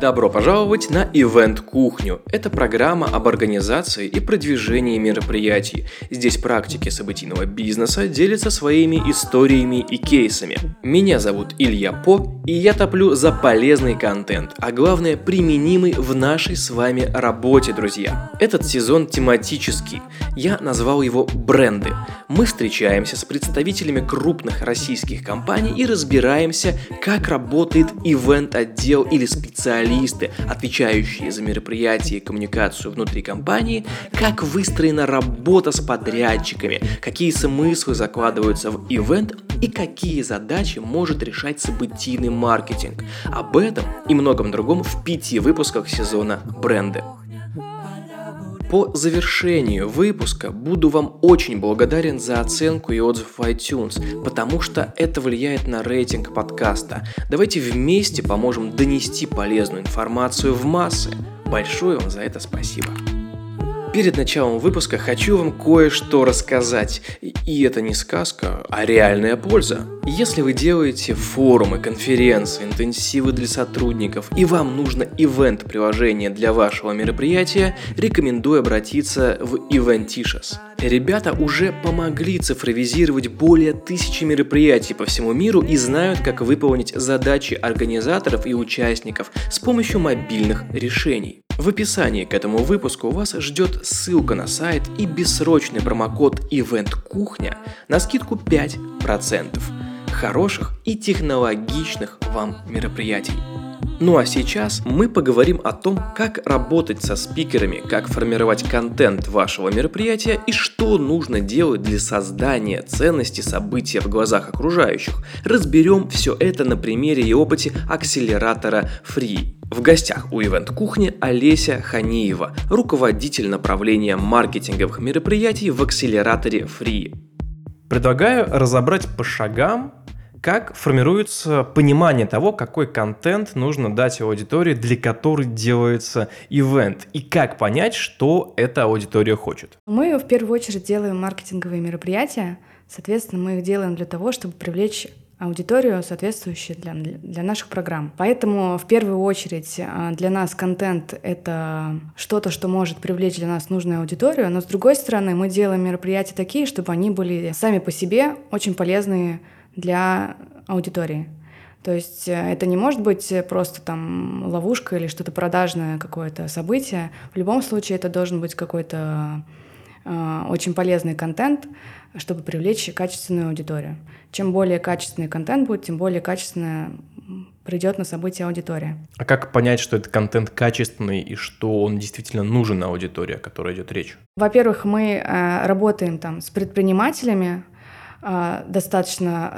Добро пожаловать на Event Кухню. Это программа об организации и продвижении мероприятий. Здесь практики событийного бизнеса делятся своими историями и кейсами. Меня зовут Илья По, и я топлю за полезный контент, а главное применимый в нашей с вами работе, друзья. Этот сезон тематический. Я назвал его «Бренды». Мы встречаемся с представителями крупных российских компаний и разбираемся, как работает ивент-отдел или специалисты, отвечающие за мероприятия и коммуникацию внутри компании, как выстроена работа с подрядчиками, какие смыслы закладываются в ивент и какие задачи может решать событийный маркетинг. Об этом и многом другом в 5 выпусках сезона «Бренды». По завершению выпуска буду вам очень благодарен за оценку и отзыв в iTunes, потому что это влияет на рейтинг подкаста. Давайте вместе поможем донести полезную информацию в массы. Большое вам за это спасибо. Перед началом выпуска хочу вам кое-что рассказать. И это не сказка, а реальная польза. Если вы делаете форумы, конференции, интенсивы для сотрудников, и вам нужно ивент-приложение для вашего мероприятия, рекомендую обратиться в Eventicious. Ребята уже помогли цифровизировать более 1000 мероприятий по всему миру и знают, как выполнить задачи организаторов и участников с помощью мобильных решений. В описании к этому выпуску вас ждет ссылка на сайт и бессрочный промокод EventKухня на скидку 5%. Хороших и технологичных вам мероприятий. Ну а сейчас мы поговорим о том, как работать со спикерами, как формировать контент вашего мероприятия и что нужно делать для создания ценности события в глазах окружающих. Разберем все это на примере и опыте акселератора Free. В гостях у Event-кухни Олеся Ханиева, руководитель направления маркетинговых мероприятий в акселераторе Free. Предлагаю разобрать по шагам, как формируется понимание того, какой контент нужно дать аудитории, для которой делается ивент, и как понять, что эта аудитория хочет. Мы в первую очередь делаем маркетинговые мероприятия, соответственно, мы их делаем для того, чтобы привлечь аудиторию, соответствующую для наших программ. Поэтому в первую очередь для нас контент — это что-то, что может привлечь для нас нужную аудиторию, но с другой стороны мы делаем мероприятия такие, чтобы они были сами по себе очень полезные для аудитории. То есть это не может быть просто там ловушка или что-то продажное, какое-то событие. В любом случае это должен быть какой-то очень полезный контент, чтобы привлечь качественную аудиторию. Чем более качественный контент будет, тем более качественно придет на событие аудитория. А как понять, что этот контент качественный и что он действительно нужен аудитории, о которой идет речь? Во-первых, мы работаем там с предпринимателями, достаточно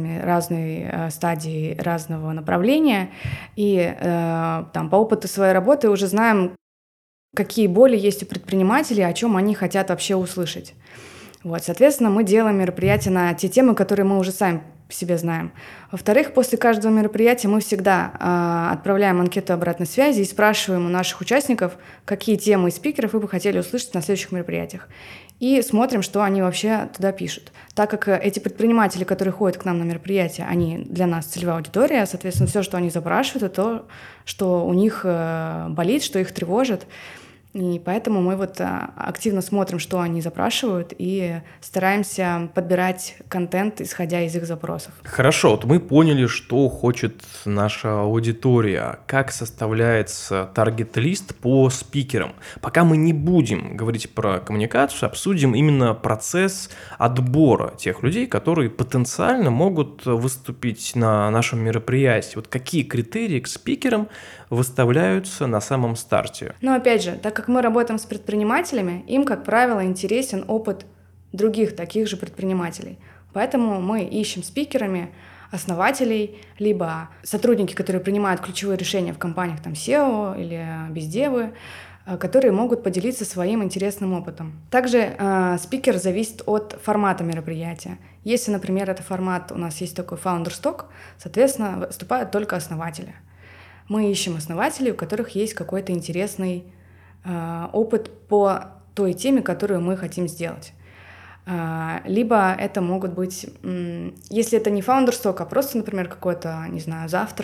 разной стадии, разного направления. И там, по опыту своей работы уже знаем, какие боли есть у предпринимателей, о чем они хотят вообще услышать. Вот, соответственно, мы делаем мероприятия на те темы, которые мы уже сами по себе знаем. Во-вторых, после каждого мероприятия мы всегда отправляем анкету обратной связи и спрашиваем у наших участников, какие темы и спикеров вы бы хотели услышать на следующих мероприятиях. И смотрим, что они вообще туда пишут. Так как эти предприниматели, которые ходят к нам на мероприятия, они для нас целевая аудитория, соответственно, все, что они запрашивают, это то, что у них болит, что их тревожит. И поэтому мы вот активно смотрим, что они запрашивают, и стараемся подбирать контент, исходя из их запросов. Хорошо, вот мы поняли, что хочет наша аудитория, как составляется таргет-лист по спикерам. Пока мы не будем говорить про коммуникацию, обсудим именно процесс отбора тех людей, которые потенциально могут выступить на нашем мероприятии. Вот какие критерии к спикерам выставляются на самом старте? Но опять же, так как мы работаем с предпринимателями, им, как правило, интересен опыт других таких же предпринимателей. Поэтому мы ищем спикерами основателей, либо сотрудники, которые принимают ключевые решения в компаниях, там SEO или бездевы, которые могут поделиться своим интересным опытом. Также спикер зависит от формата мероприятия. Если, например, это формат, у нас есть такой Founder Stock, соответственно, выступают только основатели. Мы ищем основателей, у которых есть какой-то интересный опыт по той теме, которую мы хотим сделать. Либо это могут быть, если это не Founder Stock, а просто, например, какой-то, не знаю, завтрак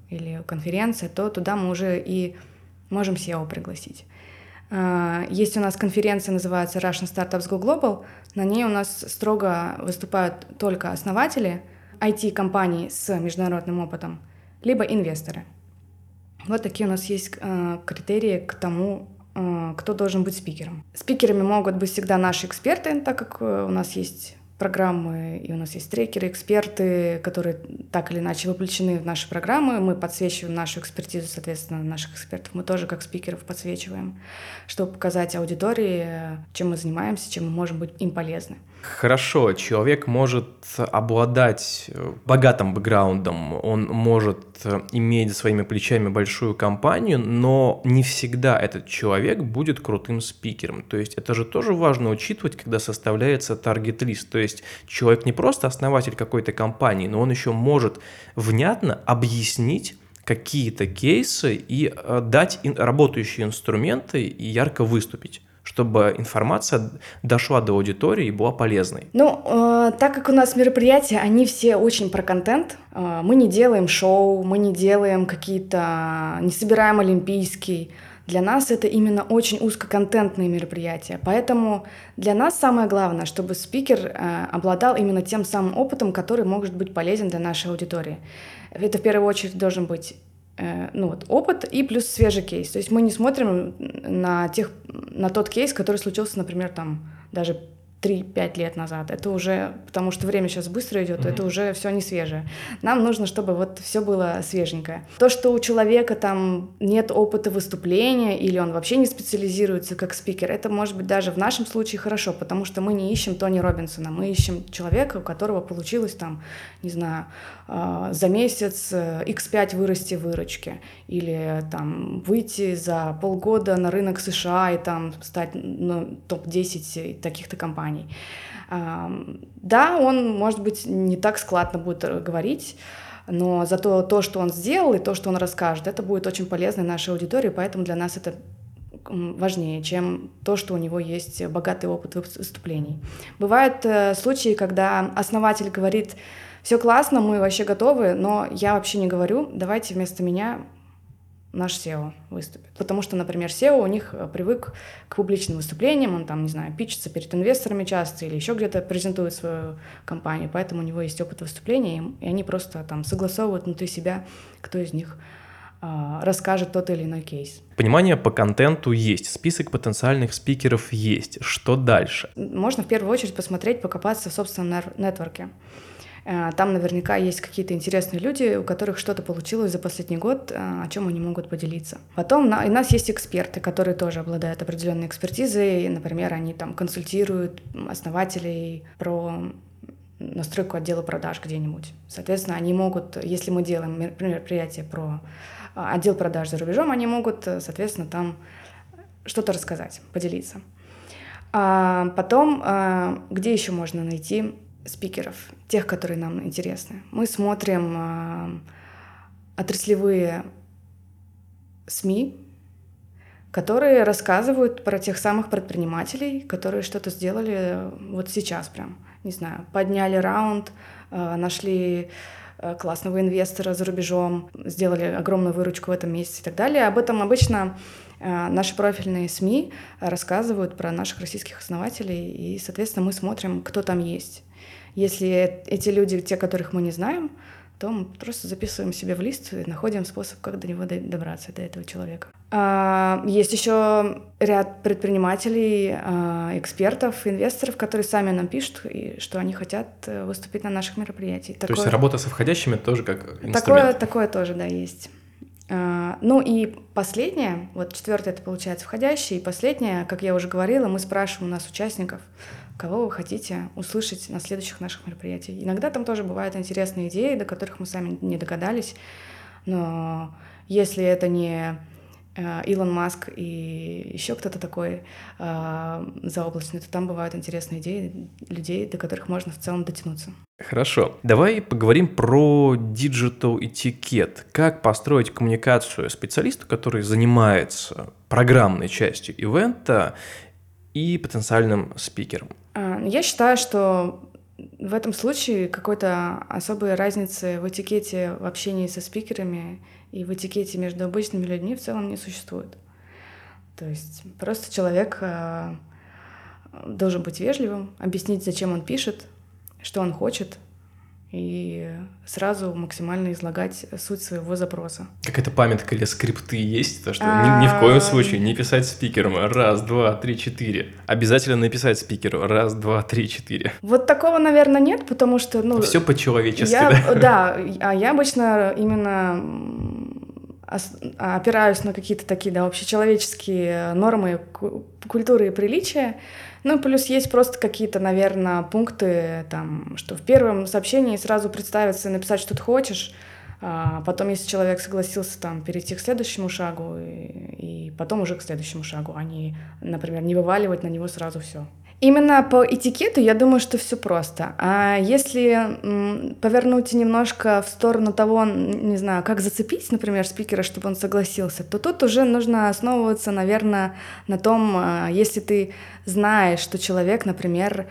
или конференция, то туда мы уже и можем SEO пригласить. Есть у нас конференция, называется Russian Startups Go Global. На ней у нас строго выступают только основатели IT-компаний с международным опытом, либо инвесторы. Вот такие у нас есть критерии к тому, кто должен быть спикером. Спикерами могут быть всегда наши эксперты, так как у нас есть программы, и у нас есть трекеры, эксперты, которые так или иначе вовлечены в наши программы. Мы подсвечиваем нашу экспертизу, соответственно, наших экспертов мы тоже как спикеров подсвечиваем, чтобы показать аудитории, чем мы занимаемся, чем мы можем быть им полезны. Хорошо, человек может обладать богатым бэкграундом, он может иметь за своими плечами большую компанию, но не всегда этот человек будет крутым спикером. То есть это же тоже важно учитывать, когда составляется таргет-лист. То есть человек не просто основатель какой-то компании, но он еще может внятно объяснить какие-то кейсы и дать работающие инструменты и ярко выступить, чтобы информация дошла до аудитории и была полезной. Так как у нас мероприятия, они все очень про контент, мы не делаем шоу, мы не делаем не собираем олимпийский. Для нас это именно очень узкоконтентные мероприятия. Поэтому для нас самое главное, чтобы спикер обладал именно тем самым опытом, который может быть полезен для нашей аудитории. Это в первую очередь должен быть опыт и плюс свежий кейс. То есть мы не смотрим на тот кейс, который случился, например, даже 3-5 лет назад. Это уже, потому что время сейчас быстро идет, это уже все не свежее. Нам нужно, чтобы все было свеженькое. То, что у человека нет опыта выступления или он вообще не специализируется как спикер, это может быть даже в нашем случае хорошо, потому что мы не ищем Тони Робинсона, мы ищем человека, у которого получилось за месяц x5 вырасти в выручке или выйти за полгода на рынок США и стать топ-10 таких-то компаний. Да, он, может быть, не так складно будет говорить, но зато то, что он сделал, и то, что он расскажет, это будет очень полезно нашей аудитории, поэтому для нас это важнее, чем то, что у него есть богатый опыт выступлений. Бывают случаи, когда основатель говорит: все классно, мы вообще готовы, но я вообще не говорю, давайте вместо меня наш SEO выступит. Потому что, например, SEO у них привык к публичным выступлениям, он питчится перед инвесторами часто или еще где-то презентует свою компанию, поэтому у него есть опыт выступления, и они просто согласовывают внутри себя, кто из них расскажет тот или иной кейс. Понимание по контенту есть, список потенциальных спикеров есть. Что дальше? Можно в первую очередь посмотреть, покопаться в собственном нетворке. Там наверняка есть какие-то интересные люди, у которых что-то получилось за последний год, о чем они могут поделиться. Потом у нас есть эксперты, которые тоже обладают определенной экспертизой. Например, они консультируют основателей про настройку отдела продаж где-нибудь. Соответственно, они могут, если мы делаем мероприятие про отдел продаж за рубежом, они могут, соответственно, там что-то рассказать, поделиться. Потом, где еще можно найти спикеров, тех, которые нам интересны? Мы смотрим отраслевые СМИ, которые рассказывают про тех самых предпринимателей, которые что-то сделали вот сейчас прям, не знаю, подняли раунд, нашли классного инвестора за рубежом, сделали огромную выручку в этом месяце и так далее. Об этом обычно наши профильные СМИ рассказывают про наших российских основателей, и, соответственно, мы смотрим, кто там есть. Если эти люди, те, которых мы не знаем, то мы просто записываем себе в лист и находим способ, как до него добраться, до этого человека. Есть еще ряд предпринимателей, экспертов, инвесторов, которые сами нам пишут, что они хотят выступить на наших мероприятиях. То есть работа со входящими тоже как инструмент? Такое тоже, да, есть. И последнее, четвертое это получается входящее, и последнее, как я уже говорила, мы спрашиваем у нас участников, кого вы хотите услышать на следующих наших мероприятиях. Иногда там тоже бывают интересные идеи, до которых мы сами не догадались, но если это не Илон Маск и еще кто-то такой заоблачный, то там бывают интересные идеи людей, до которых можно в целом дотянуться. Хорошо. Давай поговорим про диджитал-этикет. Как построить коммуникацию специалисту, который занимается программной частью ивента, и потенциальным спикером? Я считаю, что в этом случае какой-то особой разницы в этикете в общении со спикерами и в этикете между обычными людьми в целом не существует. То есть просто человек должен быть вежливым, объяснить, зачем он пишет, что он хочет, и сразу максимально излагать суть своего запроса. Какая-то памятка или скрипты есть? То, что ни в коем случае не писать спикерам 1, 2, 3, 4. Обязательно написать спикеру 1, 2, 3, 4. Вот такого, наверное, нет, потому что... Все по-человечески, да? Да, а я обычно именно опираюсь на какие-то такие, да, общечеловеческие нормы культуры и приличия. Ну, плюс есть просто какие-то, наверное, пункты, там, что в первом сообщении сразу представиться и написать, что ты хочешь, а потом, если человек согласился там перейти к следующему шагу, и потом уже к следующему шагу, а не, например, не вываливать на него сразу все. Именно по этикету я думаю, что все просто. А если повернуть немножко в сторону того, не знаю, как зацепить, например, спикера, чтобы он согласился, то тут уже нужно основываться, наверное, на том, если ты знаешь, что человек, например,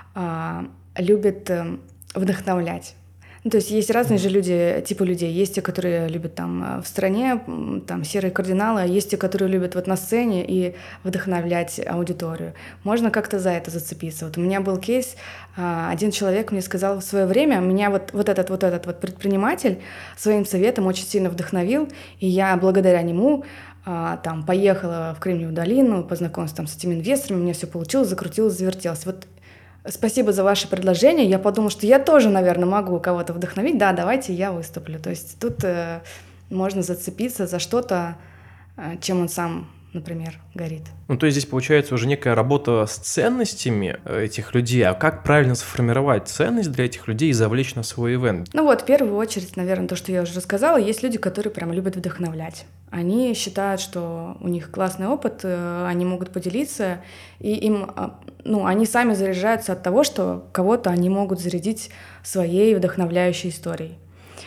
любит вдохновлять. Ну, то есть есть разные же люди, типы людей. Есть те, которые любят там в стране, там серые кардиналы, а есть те, которые любят вот на сцене и вдохновлять аудиторию. Можно как-то за это зацепиться. Вот у меня был кейс, один человек мне сказал в свое время, меня вот этот предприниматель своим советом очень сильно вдохновил, и я благодаря нему там поехала в Кремниевую долину, познакомилась там с этими инвесторами, у меня все получилось, закрутилось, завертелось. Вот спасибо за ваше предложение. Я подумала, что я тоже, наверное, могу кого-то вдохновить. Да, давайте я выступлю. То есть тут можно зацепиться за что-то, чем он сам, например, горит. Ну, то есть здесь получается уже некая работа с ценностями этих людей. А как правильно сформировать ценность для этих людей и завлечь на свой ивент? Ну вот, в первую очередь, наверное, то, что я уже рассказала, есть люди, которые прям любят вдохновлять. Они считают, что у них классный опыт, они могут поделиться, и им, они сами заряжаются от того, что кого-то они могут зарядить своей вдохновляющей историей.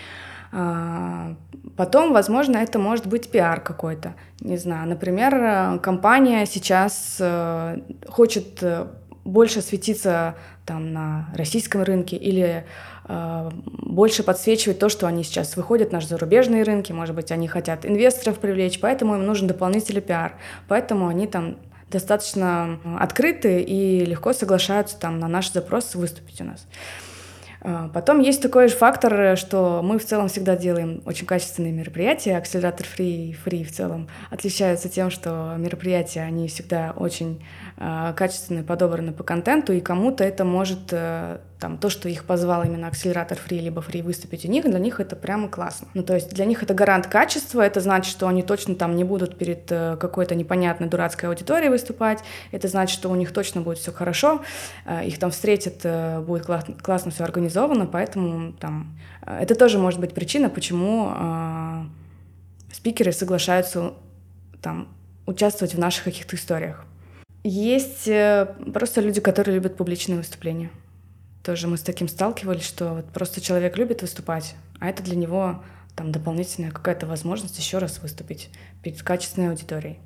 Потом, возможно, это может быть пиар какой-то. Не знаю, например, компания сейчас хочет больше светиться там на российском рынке или больше подсвечивать то, что они сейчас выходят на зарубежные рынки, может быть, они хотят инвесторов привлечь, поэтому им нужен дополнительный пиар. Поэтому они там достаточно открыты и легко соглашаются там на наш запрос выступить у нас. Потом есть такой же фактор, что мы в целом всегда делаем очень качественные мероприятия. Акселератор Free в целом отличаются тем, что мероприятия, они всегда очень качественные, подобраны по контенту, и кому-то это может, там, то, что их позвал именно Акселератор Free, либо Free выступить у них, для них это прямо классно. Ну, то есть для них это гарант качества, это значит, что они точно там не будут перед какой-то непонятной дурацкой аудиторией выступать, это значит, что у них точно будет все хорошо, их там встретят, будет классно все организовано, поэтому там это тоже может быть причина, почему спикеры соглашаются там участвовать в наших каких-то историях. Есть просто люди, которые любят публичные выступления. Тоже мы с таким сталкивались, что вот просто человек любит выступать, а это для него там дополнительная какая-то возможность еще раз выступить перед качественной аудиторией.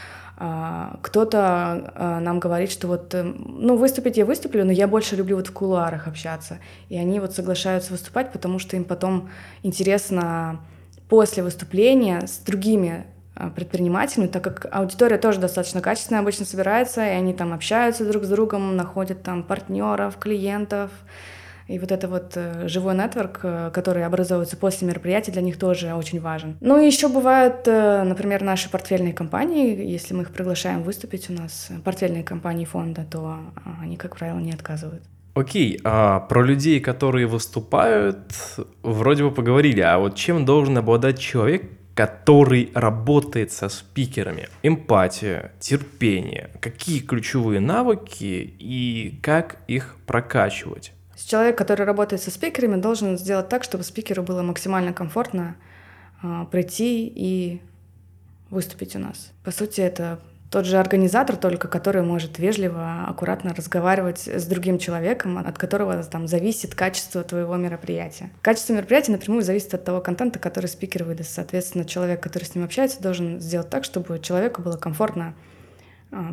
Кто-то нам говорит, что вот, выступить я выступлю, но я больше люблю вот в кулуарах общаться. И они вот соглашаются выступать, потому что им потом интересно после выступления с другими предпринимателями, так как аудитория тоже достаточно качественная обычно собирается, и они там общаются друг с другом, находят там партнеров, клиентов. И вот это вот живой нетворк, который образуется после мероприятия, для них тоже очень важен. Ну и еще бывают, например, наши портфельные компании, если мы их приглашаем выступить у нас, портфельные компании фонда, то они, как правило, не отказывают. Окей, про людей, которые выступают, вроде бы поговорили, а вот чем должен обладать человек, который работает со спикерами? Эмпатия, терпение, какие ключевые навыки и как их прокачивать? Человек, который работает со спикерами, должен сделать так, чтобы спикеру было максимально комфортно прийти и выступить у нас. По сути, это тот же организатор, только который может вежливо, аккуратно разговаривать с другим человеком, от которого там зависит качество твоего мероприятия. Качество мероприятия напрямую зависит от того контента, который спикер выдаст. Соответственно, человек, который с ним общается, должен сделать так, чтобы человеку было комфортно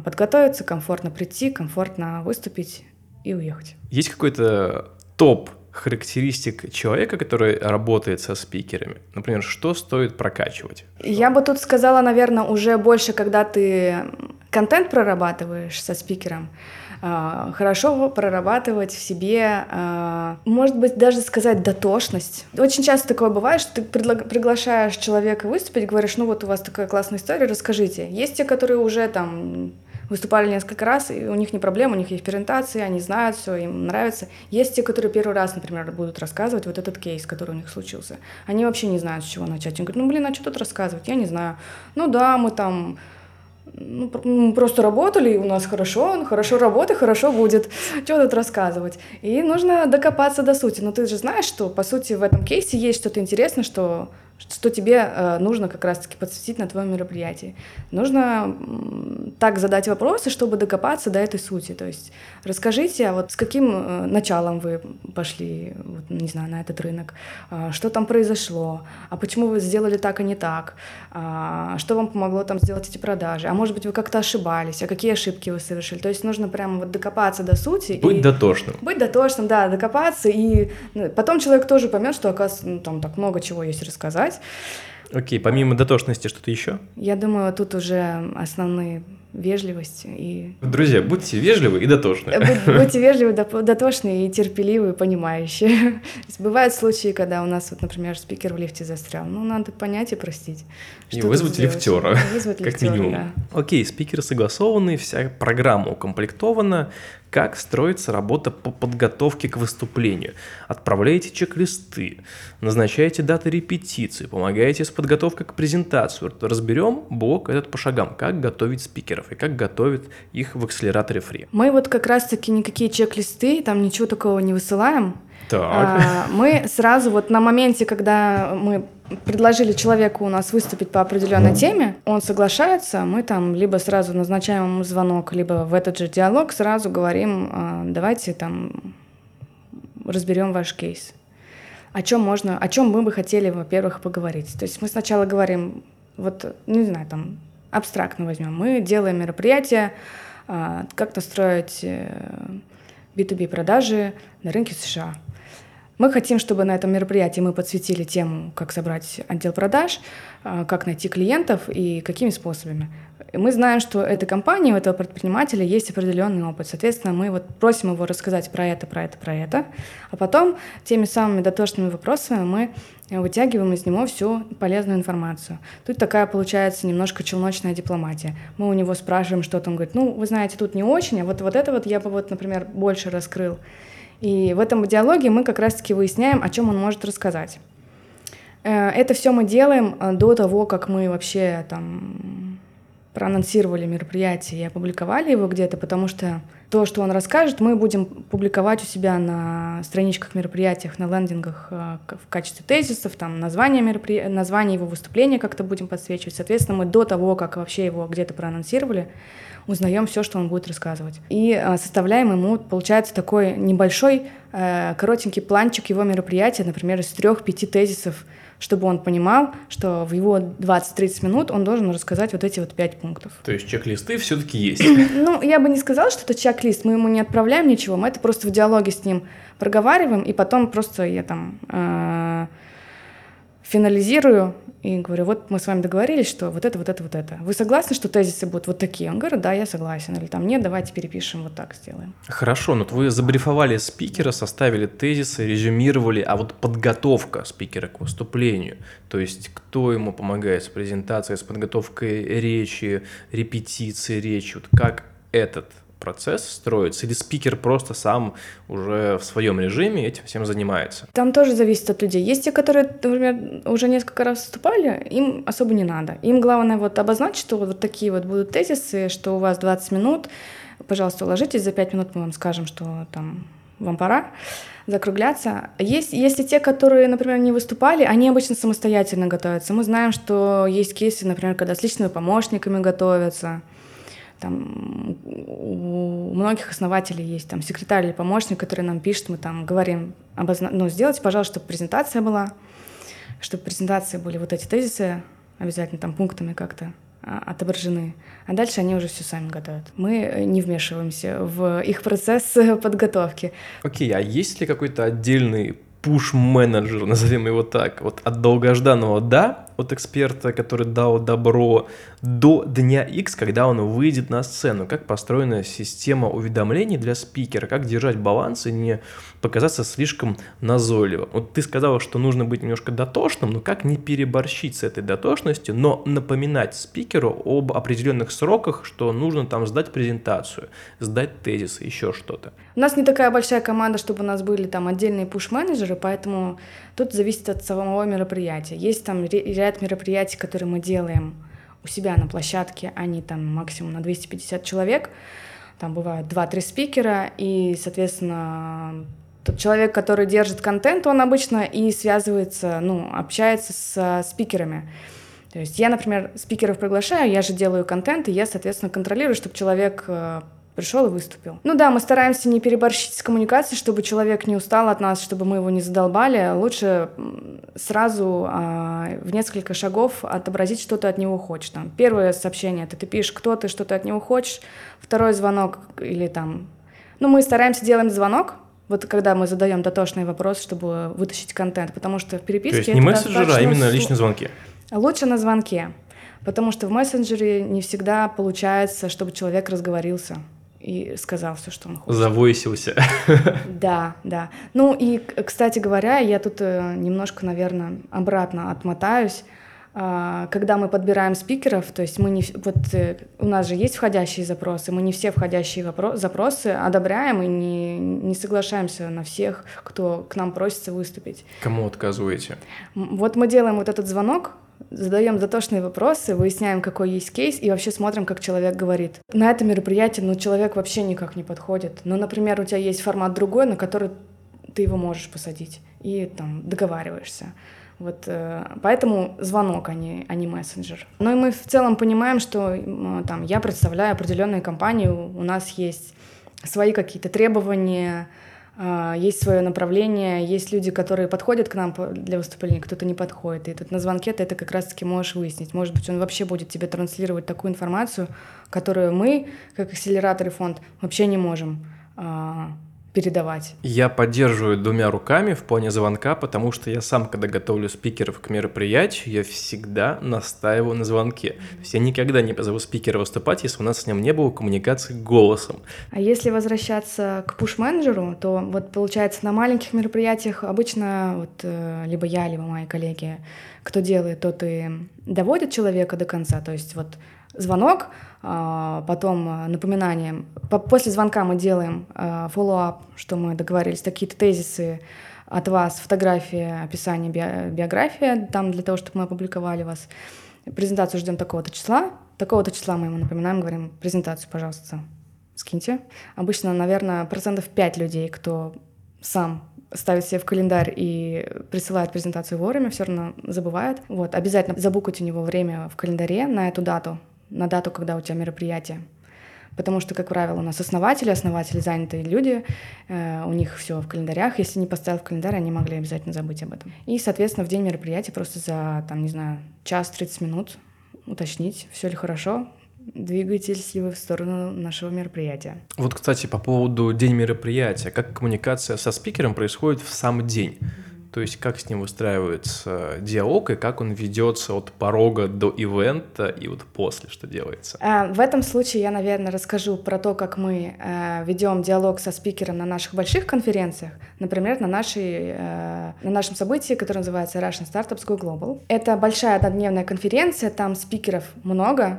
подготовиться, комфортно прийти, комфортно выступить и уехать. Есть какой-то топ характеристик человека, который работает со спикерами? Например, что стоит прокачивать? Я бы тут сказала, наверное, уже больше, когда ты контент прорабатываешь со спикером, хорошо прорабатывать в себе, может быть, даже сказать дотошность. Очень часто такое бывает, что ты приглашаешь человека выступить, говоришь, ну вот у вас такая классная история, расскажите. Есть те, которые уже там выступали несколько раз, и у них не проблема, у них есть презентации, они знают все, им нравится. Есть те, которые первый раз, например, будут рассказывать вот этот кейс, который у них случился. Они вообще не знают, с чего начать. Они говорят, ну, блин, а что тут рассказывать? Я не знаю. Ну да, мы там просто работали, и у нас хорошо работа, хорошо будет. Что тут рассказывать? И нужно докопаться до сути. Но ты же знаешь, что, по сути, в этом кейсе есть что-то интересное, что тебе нужно как раз-таки подсветить на твоем мероприятии. Нужно так задать вопросы, чтобы докопаться до этой сути. То есть расскажите, а вот с каким началом вы пошли, вот, не знаю, на этот рынок, что там произошло, а почему вы сделали так, а не так, что вам помогло там сделать эти продажи, а может быть, вы как-то ошибались, а какие ошибки вы совершили. То есть нужно прямо вот докопаться до сути. Быть дотошным. Быть дотошным, да, докопаться. И потом человек тоже поймет, что, оказывается, там так много чего есть рассказать. Окей, помимо дотошности что-то еще? Я думаю, тут уже основные вежливость и... Друзья, будьте вежливы и дотошны. Будьте вежливы, дотошны и терпеливы, понимающие. Бывают случаи, когда у нас, вот, например, спикер в лифте застрял. Ну, надо понять и простить. И вызвать лифтера, как минимум. Да. Окей, спикеры согласованы, вся программа укомплектована. Как строится работа по подготовке к выступлению? Отправляете чек-листы, назначаете даты репетиций, помогаете с подготовкой к презентации. Разберем блок этот по шагам, как готовить спикеров и как готовят их в акселераторе Free. Мы вот как раз-таки никакие чек-листы, там ничего такого не высылаем. Так. Мы сразу вот на моменте, когда мы предложили человеку у нас выступить по определенной теме, он соглашается, мы там либо сразу назначаем ему звонок, либо в этот же диалог сразу говорим, давайте там разберем ваш кейс. О чем мы бы хотели, во-первых, поговорить. То есть мы сначала говорим, вот, не знаю, там, абстрактно возьмем. Мы делаем мероприятие, как настроить B2B продажи на рынке США. Мы хотим, чтобы на этом мероприятии мы подсветили тему, как собрать отдел продаж, как найти клиентов и какими способами. И мы знаем, что этой компании, у этого предпринимателя есть определенный опыт. Соответственно, мы вот просим его рассказать про это, а потом теми самыми дотошными вопросами мы вытягиваем из него всю полезную информацию. Тут такая получается немножко челночная дипломатия. Мы у него спрашиваем что-то, он говорит, ну, вы знаете, тут не очень, а вот это вот я бы, вот, например, больше раскрыл. И в этом диалоге мы как раз-таки выясняем, о чем он может рассказать. Это все мы делаем до того, как мы вообще там проанонсировали мероприятие и опубликовали его где-то, потому что то, что он расскажет, мы будем публиковать у себя на страничках мероприятиях, на лендингах в качестве тезисов, там название его выступления как-то будем подсвечивать. Соответственно, мы до того, как вообще его где-то проанонсировали, узнаем все, что он будет рассказывать. И составляем ему, получается, такой небольшой, коротенький планчик его мероприятия, например, из 3-5 тезисов, чтобы он понимал, что в его 20-30 минут он должен рассказать вот эти вот 5 пунктов. То есть чек-листы все-таки есть? Ну, я бы не сказала, что это чек-лист, мы ему не отправляем ничего, мы это просто в диалоге с ним проговариваем, и потом просто я там финализирую и говорю, вот мы с вами договорились, что вот это. Вы согласны, что тезисы будут вот такие? Он говорит, да, я согласен. Или там, нет, давайте перепишем, вот так сделаем. Хорошо, но вы забрифовали спикера, составили тезисы, резюмировали, а вот подготовка спикера к выступлению, то есть кто ему помогает с презентацией, с подготовкой речи, репетицией речи, вот как этот процесс строится, или спикер просто сам уже в своем режиме этим всем занимается? Там тоже зависит от людей. Есть те, которые, например, уже несколько раз выступали, им особо не надо. Им главное вот обозначить, что вот такие вот будут тезисы, что у вас 20 минут, пожалуйста, уложитесь, за 5 минут мы вам скажем, что там вам пора закругляться. Если те, которые, например, не выступали, они обычно самостоятельно готовятся. Мы знаем, что есть кейсы, например, когда с личными помощниками готовятся. Там, у многих основателей есть там секретарь или помощник, который нам пишет, мы там говорим, сделайте, пожалуйста, чтобы презентация была, чтобы в презентации были вот эти тезисы обязательно там пунктами как-то отображены, а дальше они уже все сами готовят. Мы не вмешиваемся в их процесс подготовки. Окей, а есть ли какой-то отдельный пуш-менеджер, назовем его так, вот от долгожданного «да», от эксперта, который дал добро, до дня X, когда он выйдет на сцену? Как построена система уведомлений для спикера? Как держать баланс и не показаться слишком назойливым? Вот ты сказала, что нужно быть немножко дотошным, но как не переборщить с этой дотошностью, но напоминать спикеру об определенных сроках, что нужно там сдать презентацию, сдать тезисы, еще что-то? У нас не такая большая команда, чтобы у нас были там отдельные пуш-менеджеры, поэтому тут зависит от самого мероприятия. Есть там ряд мероприятий, которые мы делаем у себя на площадке, они там максимум на 250 человек, там бывают 2-3 спикера, и, соответственно, тот человек, который держит контент, он обычно и связывается, общается с спикерами. То есть я, например, спикеров приглашаю, я же делаю контент, и я, соответственно, контролирую, чтобы человек пришел и выступил. Мы стараемся не переборщить с коммуникацией, чтобы человек не устал от нас, чтобы мы его не задолбали. Лучше сразу в несколько шагов отобразить, что ты от него хочешь. Первое сообщение — ты пишешь, кто ты, что ты от него хочешь. Второй звонок или там... мы стараемся делать звонок, вот когда мы задаем дотошный вопрос, чтобы вытащить контент, потому что в переписке... То есть не мессенджеры, а именно личные звонки? Лучше на звонке, потому что в мессенджере не всегда получается, чтобы человек разговорился и сказал все, что он хочет. Завойсился. Да. И, кстати говоря, я тут немножко, наверное, обратно отмотаюсь. Когда мы подбираем спикеров, то есть у нас же есть входящие запросы, мы не все входящие запросы одобряем и не соглашаемся на всех, кто к нам просится выступить. Кому отказываете? Вот мы делаем вот этот звонок, задаем дотошные вопросы, выясняем, какой есть кейс, и вообще смотрим, как человек говорит. На это мероприятие, человек вообще никак не подходит. Например, у тебя есть формат другой, на который ты его можешь посадить, и там договариваешься. Поэтому звонок, а не мессенджер. И мы в целом понимаем, что я представляю определенную компанию, у нас есть свои какие-то требования, есть свое направление, есть люди, которые подходят к нам для выступления, кто-то не подходит. И тут на звонке ты это как раз-таки можешь выяснить. Может быть, он вообще будет тебе транслировать такую информацию, которую мы, как акселератор и фонд, вообще не можем передавать. Я поддерживаю 2 руками в плане звонка, потому что я сам, когда готовлю спикеров к мероприятию, я всегда настаиваю на звонке. То есть я никогда не позову спикера выступать, если у нас с ним не было коммуникации голосом. А если возвращаться к пуш-менеджеру, то получается на маленьких мероприятиях обычно либо я, либо мои коллеги, кто делает, тот и доводит человека до конца. То есть звонок, потом напоминание. После звонка мы делаем follow-up, что мы договорились, такие-то тезисы от вас, фотография, описание, биография, там для того, чтобы мы опубликовали вас. Презентацию ждем такого-то числа мы ему напоминаем, говорим, презентацию, пожалуйста, скиньте. Обычно, наверное, 5% людей, кто сам ставит себе в календарь и присылает презентацию вовремя, все равно забывает. Обязательно забукать у него время в календаре на эту дату, на дату, когда у тебя мероприятие. Потому что, как правило, у нас основатели занятые люди, у них все в календарях. Если не поставил в календарь, они могли обязательно забыть об этом. И, соответственно, в день мероприятия просто за, час 30 минут уточнить, все ли хорошо, двигаетесь ли вы в сторону нашего мероприятия. Кстати, по поводу день мероприятия. Как коммуникация со спикером происходит в сам день? То есть как с ним выстраивается диалог и как он ведется от порога до ивента и после, что делается? В этом случае я, наверное, расскажу про то, как мы ведем диалог со спикером на наших больших конференциях, например, на нашем событии, которое называется Russian Startups Go Global. Это большая однодневная конференция, там спикеров много,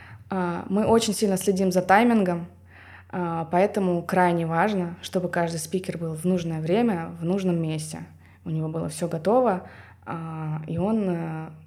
мы очень сильно следим за таймингом, поэтому крайне важно, чтобы каждый спикер был в нужное время, в нужном месте. У него было все готово, и он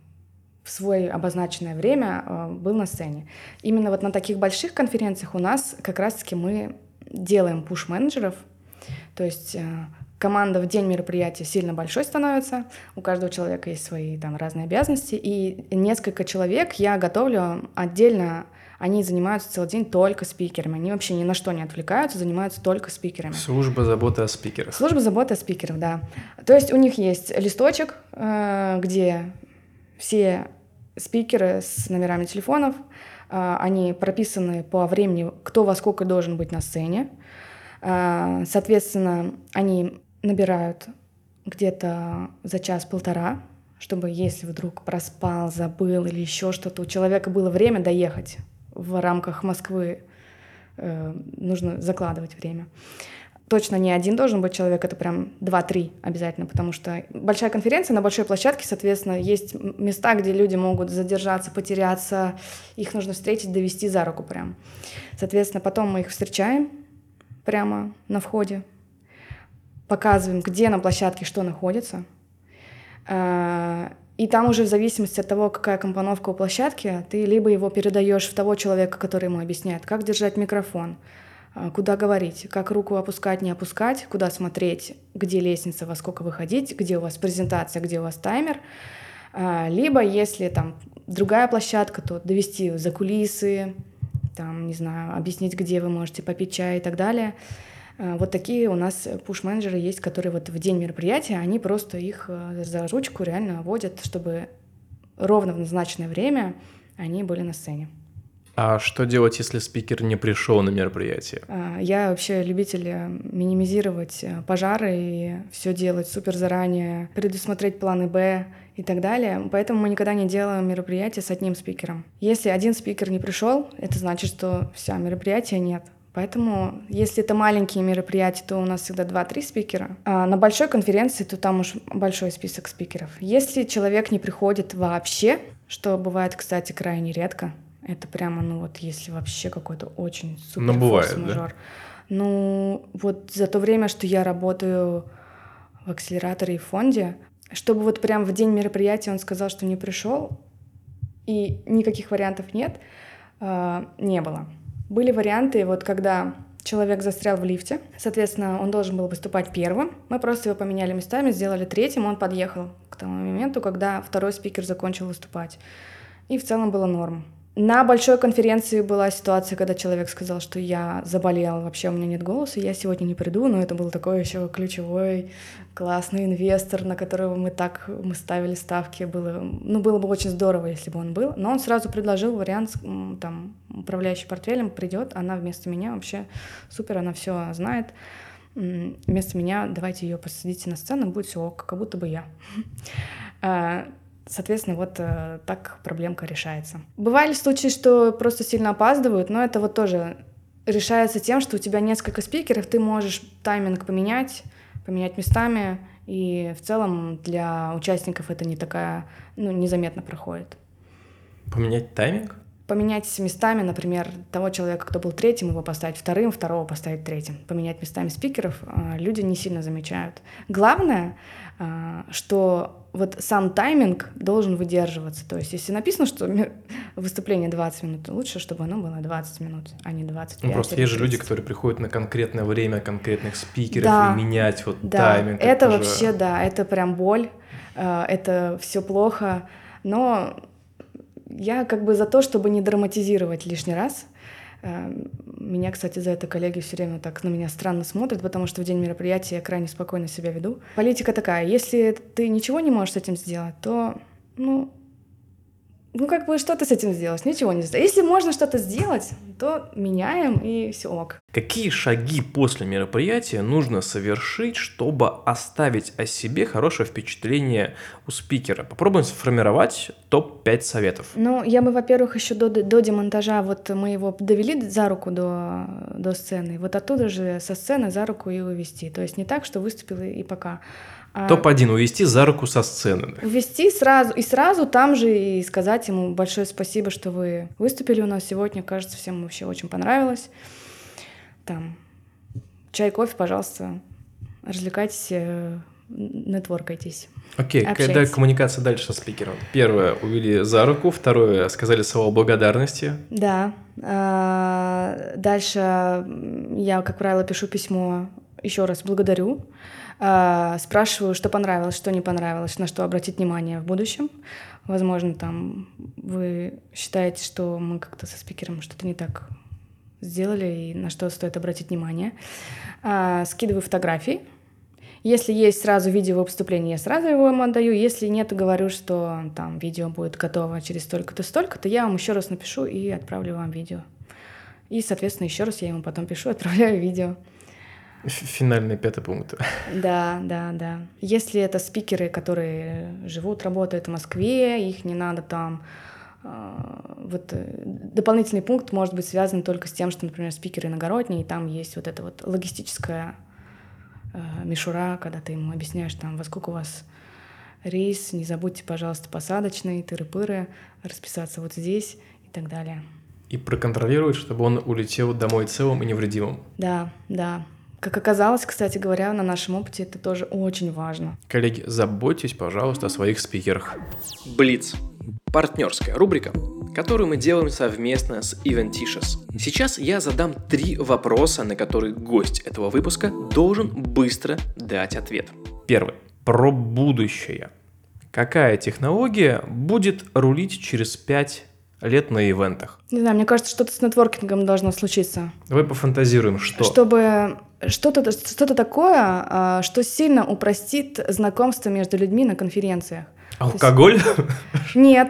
в свое обозначенное время был на сцене. Именно на таких больших конференциях у нас как раз-таки мы делаем пуш-менеджеров, то есть команда в день мероприятия сильно большой становится, у каждого человека есть свои разные обязанности, и несколько человек я готовлю отдельно. Они занимаются целый день только спикерами. Они вообще ни на что не отвлекаются, занимаются только спикерами. Служба заботы о спикерах. Служба заботы о спикерах, да. То есть у них есть листочек, где все спикеры с номерами телефонов, они прописаны по времени, кто во сколько должен быть на сцене. Соответственно, они набирают где-то за час-полтора, чтобы если вдруг проспал, забыл или еще что-то, у человека было время доехать. В рамках Москвы нужно закладывать время. Точно не один должен быть человек, это прям 2-3 обязательно, потому что большая конференция на большой площадке, соответственно, есть места, где люди могут задержаться, потеряться, их нужно встретить, довести за руку прям. Соответственно, потом мы их встречаем прямо на входе, показываем, где на площадке что находится, и там уже в зависимости от того, какая компоновка у площадки, ты либо его передаешь в того человека, который ему объясняет, как держать микрофон, куда говорить, как руку опускать, не опускать, куда смотреть, где лестница, во сколько выходить, где у вас презентация, где у вас таймер. Либо, если там другая площадка, то довести за кулисы, там, не знаю, объяснить, где вы можете попить чай и так далее. Вот такие у нас пуш-менеджеры есть, которые вот в день мероприятия, они просто их за ручку реально водят, чтобы ровно в назначенное время они были на сцене. А что делать, если спикер не пришел на мероприятие? Я вообще любитель минимизировать пожары и все делать супер заранее, предусмотреть планы «Б» и так далее. Поэтому мы никогда не делаем мероприятие с одним спикером. Если один спикер не пришел, это значит, что все, мероприятия нет. Поэтому, если это маленькие мероприятия, то у нас всегда 2-3 спикера. А на большой конференции, то там уж большой список спикеров. Если человек не приходит вообще, что бывает, кстати, крайне редко, это прямо, если вообще какой-то очень супер форс-мажор. Да? Вот за то время, что я работаю в акселераторе и фонде, чтобы вот прям в день мероприятия он сказал, что не пришел, и никаких вариантов нет, не было. Были варианты, вот когда человек застрял в лифте, соответственно, он должен был выступать первым, мы просто его поменяли местами, сделали третьим, он подъехал к тому моменту, когда второй спикер закончил выступать. И в целом было норм. На большой конференции была ситуация, когда человек сказал, что я заболел, вообще у меня нет голоса, я сегодня не приду, но это был такой еще ключевой, классный инвестор, на которого мы ставили ставки. Было бы очень здорово, если бы он был. Но он сразу предложил вариант, там, управляющий портфелем придет, она вместо меня вообще супер, она все знает. Вместо меня давайте ее посадите на сцену, будет все ок, как будто бы я. Соответственно, вот так проблемка решается. Бывали случаи, что просто сильно опаздывают, но это вот тоже решается тем, что у тебя несколько спикеров, ты можешь тайминг поменять местами, и в целом для участников это не такая, незаметно проходит. Поменять тайминг? Поменять местами, например, того человека, кто был третьим, его поставить вторым, второго поставить третьим. Поменять местами спикеров люди не сильно замечают. Главное, что вот сам тайминг должен выдерживаться. То есть если написано, что выступление 20 минут, лучше, чтобы оно было 20 минут, а не 25. Просто есть же люди, которые приходят на конкретное время конкретных спикеров, да, и менять Да, тайминг. это вообще, это прям боль, это все плохо, но я за то, чтобы не драматизировать лишний раз. Меня, кстати, за это коллеги все время так на меня странно смотрят, потому что в день мероприятия я крайне спокойно себя веду. Политика такая, если ты ничего не можешь с этим сделать, то, что ты с этим сделаешь? Ничего не сделаешь. Если можно что-то сделать, то меняем, и все ок. Какие шаги после мероприятия нужно совершить, чтобы оставить о себе хорошее впечатление у спикера? Попробуем сформировать топ-5 советов. Я бы, во-первых, еще до демонтажа, мы его довели за руку до сцены, вот оттуда же со сцены за руку и увести. То есть не так, что выступил и пока. Топ-1 – увести за руку со сцены. Увести сразу там же и сказать ему большое спасибо, что вы выступили у нас сегодня. Кажется, всем вообще очень понравилось. Там чай, кофе, пожалуйста, развлекайтесь, нетворкайтесь. Окей, когда коммуникация дальше со спикером? Первое – увели за руку, второе – сказали слово благодарности. Да. Дальше я, как правило, пишу письмо, еще раз благодарю. Спрашиваю, что понравилось, что не понравилось, на что обратить внимание в будущем. Возможно, там вы считаете, что мы как-то со спикером что-то не так сделали, и на что стоит обратить внимание. Скидываю фотографии Если есть сразу видео выступление, я сразу его ему отдаю. Если нет, говорю, что там видео будет готово через столько-то, столько-то, я вам еще раз напишу и отправлю вам видео. И, соответственно, еще раз я ему потом пишу, отправляю видео. Финальный 5 пункт. Да. Если это спикеры, которые живут, работают в Москве, их не надо там... дополнительный пункт может быть связан только с тем, что, например, спикеры иногородние, и там есть вот эта вот логистическая мишура, когда ты ему объясняешь, там, во сколько у вас рейс, не забудьте, пожалуйста, посадочный, тыры-пыры, расписаться вот здесь и так далее. И проконтролировать, чтобы он улетел домой целым и невредимым. Да. Как оказалось, кстати говоря, на нашем опыте это тоже очень важно. Коллеги, заботьтесь, пожалуйста, о своих спикерах. Блиц. Партнерская рубрика, которую мы делаем совместно с Eventicious. Сейчас я задам 3 вопроса, на которые гость этого выпуска должен быстро дать ответ. Первый. Про будущее. Какая технология будет рулить через 5 лет на ивентах? Не знаю, мне кажется, что-то с нетворкингом должно случиться. Давай пофантазируем, что? Чтобы что-то такое, что сильно упростит знакомство между людьми на конференциях. Алкоголь? Нет,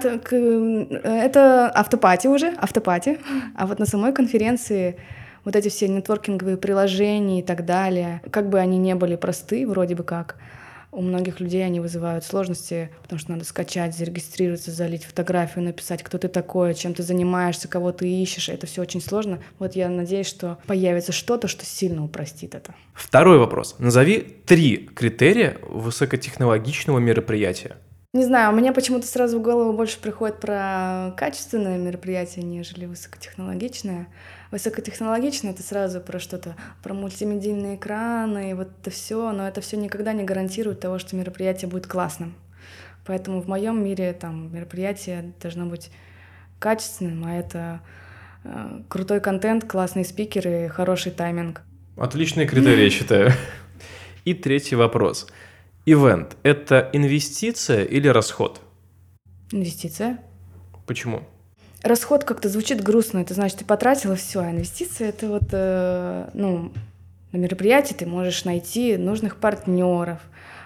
это автопати. А вот на самой конференции вот эти все нетворкинговые приложения и так далее, как бы они не были просты, вроде бы как, у многих людей они вызывают сложности, потому что надо скачать, зарегистрироваться, залить фотографию, написать, кто ты такой, чем ты занимаешься, кого ты ищешь. Это все очень сложно. Вот я надеюсь, что появится что-то, что сильно упростит это. Второй вопрос. Назови 3 критерия высокотехнологичного мероприятия. Не знаю, мне почему-то сразу в голову больше приходит про качественное мероприятие, нежели высокотехнологичное. Высокотехнологичное — это сразу про что-то, про мультимедийные экраны и вот это все, но это все никогда не гарантирует того, что мероприятие будет классным. Поэтому в моем мире там мероприятие должно быть качественным, а это крутой контент, классные спикеры, хороший тайминг. Отличные критерии, я считаю. И третий вопрос. Ивент – это инвестиция или расход? Инвестиция. Почему? Расход как-то звучит грустно, это значит, ты потратила все, а инвестиция — это вот, на мероприятии ты можешь найти нужных партнеров,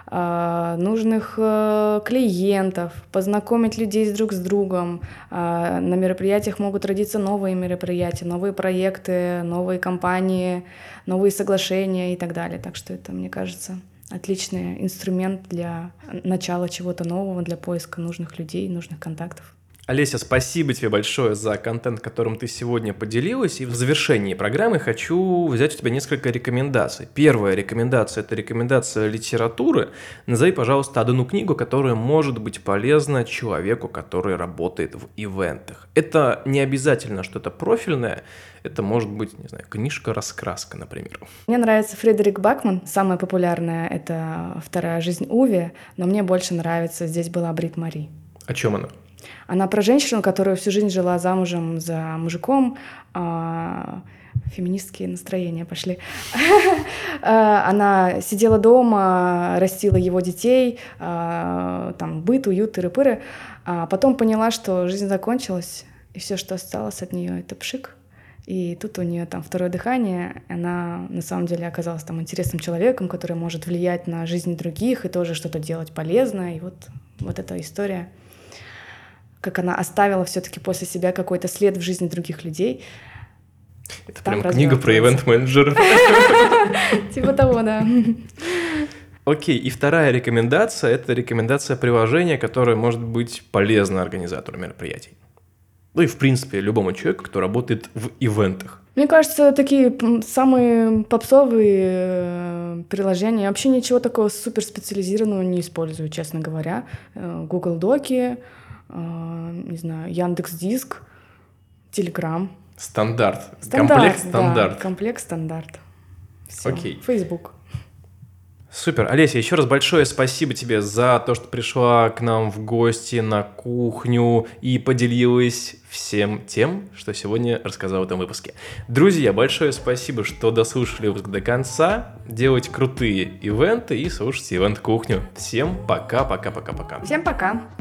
нужных клиентов, познакомить людей друг с другом. На мероприятиях могут родиться новые мероприятия, новые проекты, новые компании, новые соглашения и так далее. Так что это, мне кажется, отличный инструмент для начала чего-то нового, для поиска нужных людей, нужных контактов. Олеся, спасибо тебе большое за контент, которым ты сегодня поделилась. И в завершении программы хочу взять у тебя несколько рекомендаций. Первая рекомендация – это рекомендация литературы. Назови, пожалуйста, одну книгу, которая может быть полезна человеку, который работает в ивентах. Это не обязательно что-то профильное. Это может быть, не знаю, книжка-раскраска, например. Мне нравится Фредерик Бакман. Самая популярная — это «Вторая жизнь Уве», но мне больше нравится «Здесь была Брит Мари». О чем она? Она про женщину, которая всю жизнь жила замужем за мужиком. Феминистские настроения пошли. Она сидела дома, растила его детей, там быт, уют, тыры-пыры. А потом поняла, что жизнь закончилась, и все, что осталось от нее, это пшик. И тут у нее там второе дыхание. Она на самом деле оказалась там интересным человеком, который может влиять на жизнь других и тоже что-то делать полезное. И вот эта история, как она оставила все-таки после себя какой-то след в жизни других людей. Это прям книга про ивент-менеджеров. Типа того, да. Окей, и вторая рекомендация – это рекомендация приложения, которое может быть полезно организатору мероприятий. Ну и, в принципе, любому человеку, кто работает в ивентах. Мне кажется, такие самые попсовые приложения. Я вообще ничего такого суперспециализированного не использую, честно говоря. Google Доки, не знаю, Яндекс.Диск, Telegram. Стандарт. Комплект стандарт. Да, комплект стандарт. Всё. Окей. Facebook. Супер. Олеся, еще раз большое спасибо тебе за то, что пришла к нам в гости на кухню и поделилась всем тем, что сегодня рассказал в этом выпуске. Друзья, большое спасибо, что дослушали выпуск до конца. Делайте крутые ивенты и слушайте Ивент Кухню. Всем пока-пока-пока-пока. Всем пока.